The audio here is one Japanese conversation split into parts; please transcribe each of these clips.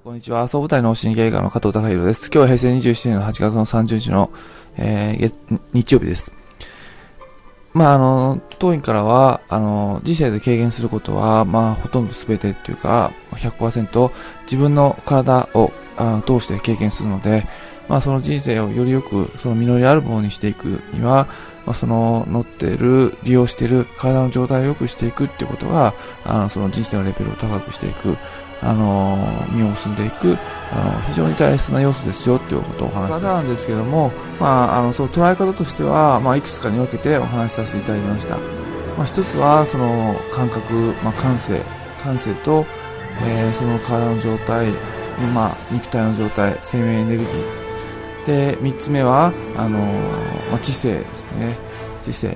こんにちは。総舞台の神経科の加藤孝弘です。今日は平成27年の8月の30日の、日曜日です。当院からは、人生で経験することは、ほとんど全てっていうか、100% 自分の体を通して経験するので、その人生をよりよく、その実りあるものにしていくには、その乗っている、利用している体の状態を良くしていくっていうことが、その人生のレベルを高くしていく、実を結んでいく、非常に大切な要素ですよっていうことをお話しさせてなんですけども、その捉え方としては、いくつかに分けてお話しさせていただきました。一つは、その感覚、感性と、その体の状態、肉体の状態、生命エネルギー。で、三つ目は、知性ですね。知性。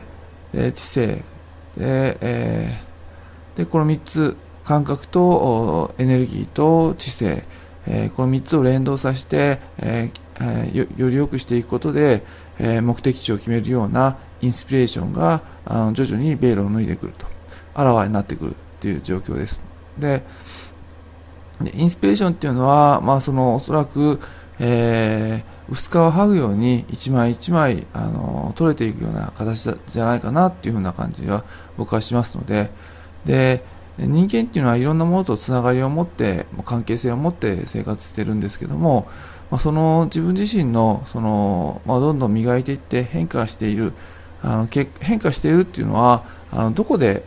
で、この三つ、感覚とエネルギーと知性、この3つを連動させて、より良くしていくことで、目的地を決めるようなインスピレーションが徐々にベールを脱いでくると、あらわになってくるという状況です。でインスピレーションっていうのは、おそらく、薄皮を剥ぐように一枚一枚取れていくような形じゃないかなっていうふうな感じは僕はしますので、人間っていうのはいろんなものとつながりを持って関係性を持って生活しているんですけども、その自分自身のどんどん磨いていって変化している変化しているっていうのはどこで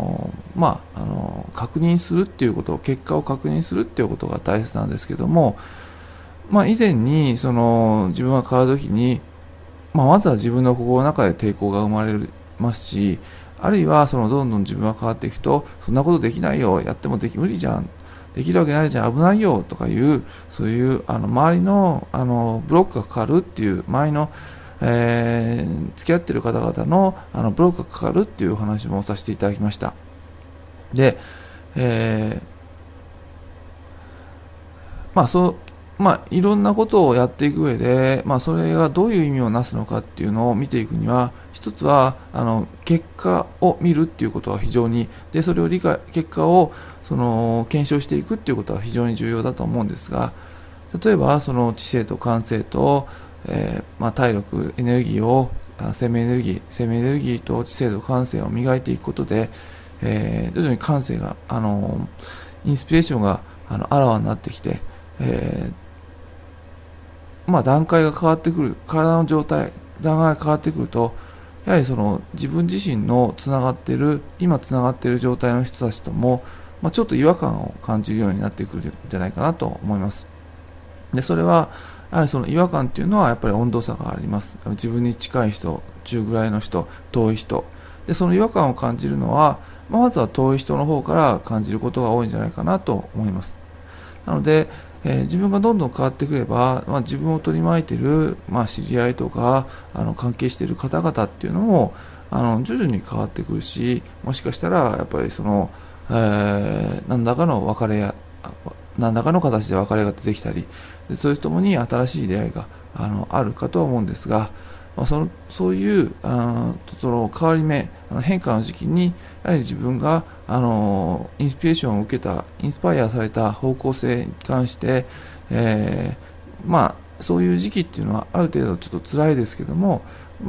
確認するっていうこと結果を確認するっていうことが大切なんですけども、以前に自分が変わるときに、まずは自分の心の中で抵抗が生まれますし、あるいはどんどん自分が変わっていくと、そんなことできないよ、やっても無理じゃん、できるわけないじゃん、危ないよとかいう、そういう周りのブロックがかかるっていう、周りの、付き合っている方々のブロックがかかるっていう話もさせていただきました。で、いろんなことをやっていく上で、それがどういう意味をなすのかっていうのを見ていくには、一つは結果を見るっていうことは非常に、でそれを結果を検証していくっていうことは非常に重要だと思うんですが、例えばその知性と感性と、体力エネルギーを生命エネルギーと知性と感性を磨いていくことで、徐々に感性がインスピレーションがあらわになってきて、段階が変わってくる、体の状態段階が変わってくると、やはり自分自身の今つながっている状態の人たちとも、ちょっと違和感を感じるようになってくるんじゃないかなと思います。でそれはやはりその違和感っていうのはやっぱり温度差があります。自分に近い人、中ぐらいの人、遠い人で、その違和感を感じるのは、まずは遠い人の方から感じることが多いんじゃないかなと思います。なので、自分がどんどん変わってくれば、自分を取り巻いている、知り合いとか関係している方々っていうのも徐々に変わってくるし、もしかしたらやっぱり何らかの形で別れが出てきたり、それともに新しい出会いがあるかとは思うんですが、そういうその変わり目、変化の時期にやはり自分がインスピレーションを受けた、インスパイアされた方向性に関して、そういう時期っていうのはある程度ちょっと辛いですけども、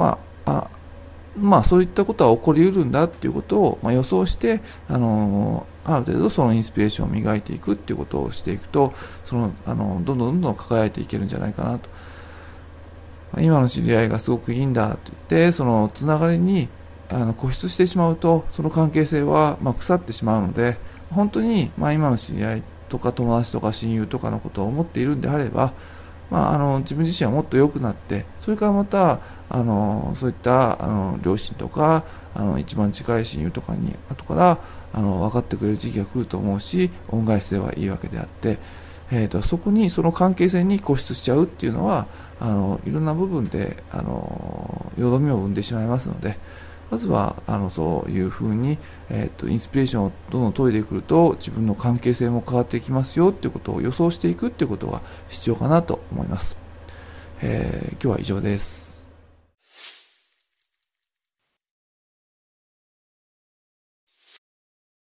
そういったことは起こりうるんだっていうことを、予想して、ある程度そのインスピレーションを磨いていくっていうことをしていくと、どんどん輝いていけるんじゃないかなと。今の知り合いがすごくいいんだと言って、そのつながりに固執してしまうと、その関係性は腐ってしまうので、本当に今の知り合いとか友達とか親友とかのことを思っているんであれば、自分自身はもっと良くなって、それからまたそういった両親とか一番近い親友とかに後から分かってくれる時期が来ると思うし、恩返しすればいいわけであって、そこにその関係性に固執しちゃうっていうのはいろんな部分でよどみを生んでしまいますので、まずはそういうふうに、インスピレーションをどんどん研いでくると、自分の関係性も変わっていきますよっていうことを予想していくっていうことが必要かなと思います。今日は以上です。